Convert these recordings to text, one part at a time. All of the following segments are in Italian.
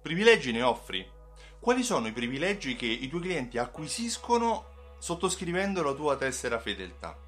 Privilegi ne offri? Quali sono i privilegi che i tuoi clienti acquisiscono sottoscrivendo la tua tessera fedeltà?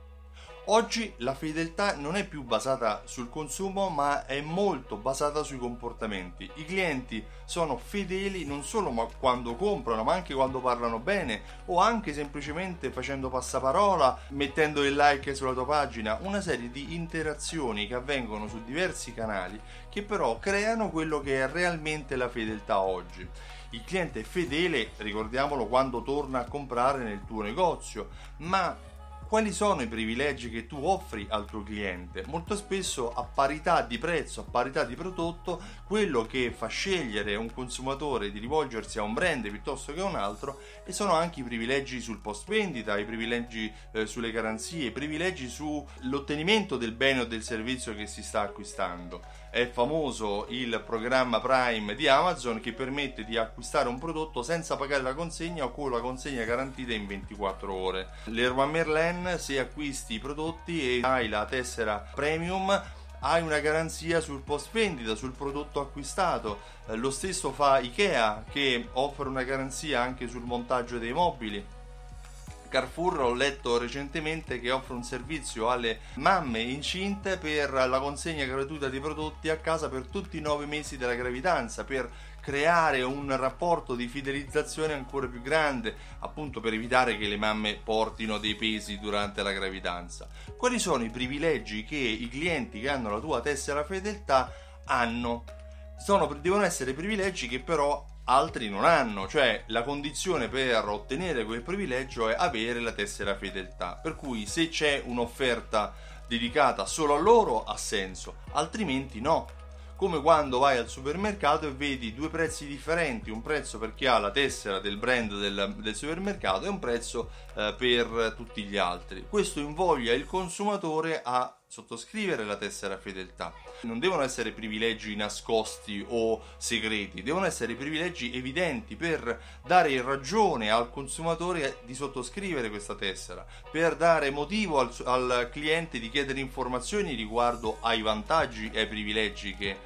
Oggi la fedeltà non è più basata sul consumo, ma è molto basata sui comportamenti. I clienti sono fedeli non solo quando comprano, ma anche quando parlano bene o anche semplicemente facendo passaparola, mettendo il like sulla tua pagina, una serie di interazioni che avvengono su diversi canali che però creano quello che è realmente la fedeltà oggi. Il cliente è fedele, ricordiamolo, quando torna a comprare nel tuo negozio, ma quali sono i privilegi che tu offri al tuo cliente? Molto spesso a parità di prezzo, a parità di prodotto, quello che fa scegliere un consumatore di rivolgersi a un brand piuttosto che a un altro e sono anche i privilegi sul post vendita, i privilegi sulle garanzie, i privilegi sull'ottenimento del bene o del servizio che si sta acquistando. È famoso il programma Prime di Amazon che permette di acquistare un prodotto senza pagare la consegna o con la consegna garantita in 24 ore. Leroy Merlin, se acquisti i prodotti e hai la tessera premium, hai una garanzia sul post vendita, sul prodotto acquistato. Lo stesso fa Ikea, che offre una garanzia anche sul montaggio dei mobili. Carrefour, ho letto recentemente che offre un servizio alle mamme incinte per la consegna gratuita di prodotti a casa per tutti i 9 mesi della gravidanza, per creare un rapporto di fidelizzazione ancora più grande, appunto per evitare che le mamme portino dei pesi durante la gravidanza. Quali sono i privilegi che i clienti che hanno la tua tessera fedeltà hanno? Devono essere privilegi che però altri non hanno, cioè la condizione per ottenere quel privilegio è avere la tessera fedeltà, per cui se c'è un'offerta dedicata solo a loro ha senso, altrimenti no. Come quando vai al supermercato e vedi due prezzi differenti, un prezzo per chi ha la tessera del brand del supermercato e un prezzo per tutti gli altri. Questo invoglia il consumatore a sottoscrivere la tessera fedeltà. Non devono essere privilegi nascosti o segreti, devono essere privilegi evidenti per dare ragione al consumatore di sottoscrivere questa tessera, per dare motivo al cliente di chiedere informazioni riguardo ai vantaggi e ai privilegi che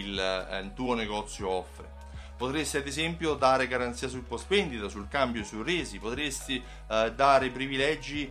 il tuo negozio offre. Potresti ad esempio dare garanzia sul post vendita, sul cambio e sul resi, potresti dare privilegi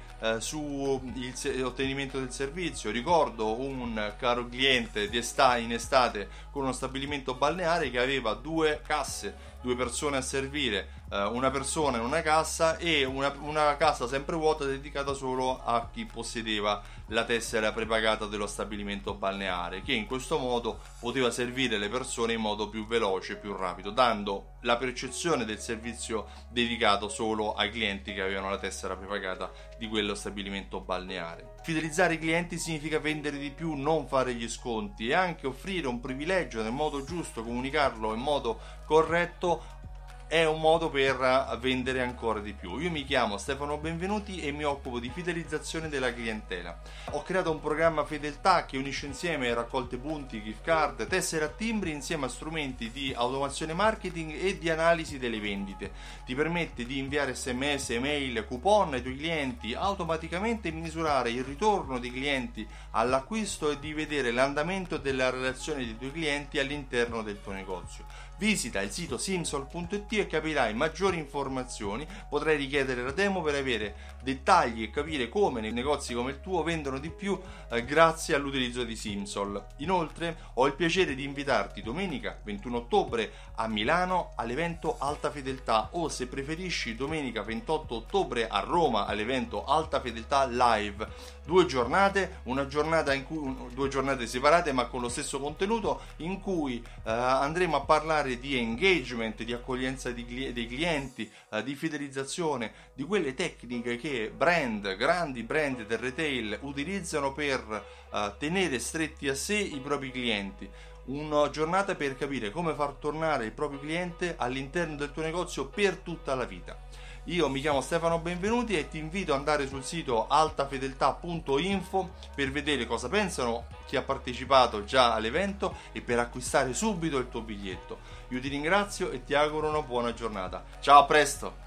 sull'ottenimento del servizio. Ricordo un caro cliente in estate con uno stabilimento balneare che aveva 2 casse, 2 persone a servire, una persona in una cassa e una cassa sempre vuota dedicata solo a chi possedeva la tessera prepagata dello stabilimento balneare, che in questo modo poteva servire le persone in modo più veloce e più rapido, dando la percezione del servizio dedicato solo ai clienti che avevano la tessera prepagata di quello stabilimento balneare. Fidelizzare i clienti significa vendere di più, non fare gli sconti e anche offrire un privilegio nel modo giusto, comunicarlo in modo corretto è un modo per vendere ancora di più. Io mi chiamo Stefano Benvenuti e mi occupo di fidelizzazione della clientela. Ho creato un programma fedeltà che unisce insieme raccolte punti, gift card, tessere a timbri insieme a strumenti di automazione marketing e di analisi delle vendite. Ti permette di inviare SMS, email, coupon ai tuoi clienti, automaticamente misurare il ritorno dei clienti all'acquisto e di vedere l'andamento della relazione dei tuoi clienti all'interno del tuo negozio. Visita il sito simsol.it e capirai maggiori informazioni, potrai richiedere la demo per avere dettagli e capire come nei negozi come il tuo vendono di più grazie all'utilizzo di Simsol. Inoltre ho il piacere di invitarti domenica 21 ottobre a Milano all'evento Alta Fedeltà o, se preferisci, domenica 28 ottobre a Roma all'evento Alta Fedeltà Live. 2 giornate, due giornate separate ma con lo stesso contenuto, in cui andremo a parlare di engagement, di accoglienza dei clienti, di fidelizzazione, di quelle tecniche che grandi brand del retail utilizzano per tenere stretti a sé i propri clienti. Una giornata per capire come far tornare il proprio cliente all'interno del tuo negozio per tutta la vita. Io mi chiamo Stefano Benvenuti e ti invito ad andare sul sito altafedeltà.info per vedere cosa pensano chi ha partecipato già all'evento e per acquistare subito il tuo biglietto. Io ti ringrazio e ti auguro una buona giornata. Ciao, a presto!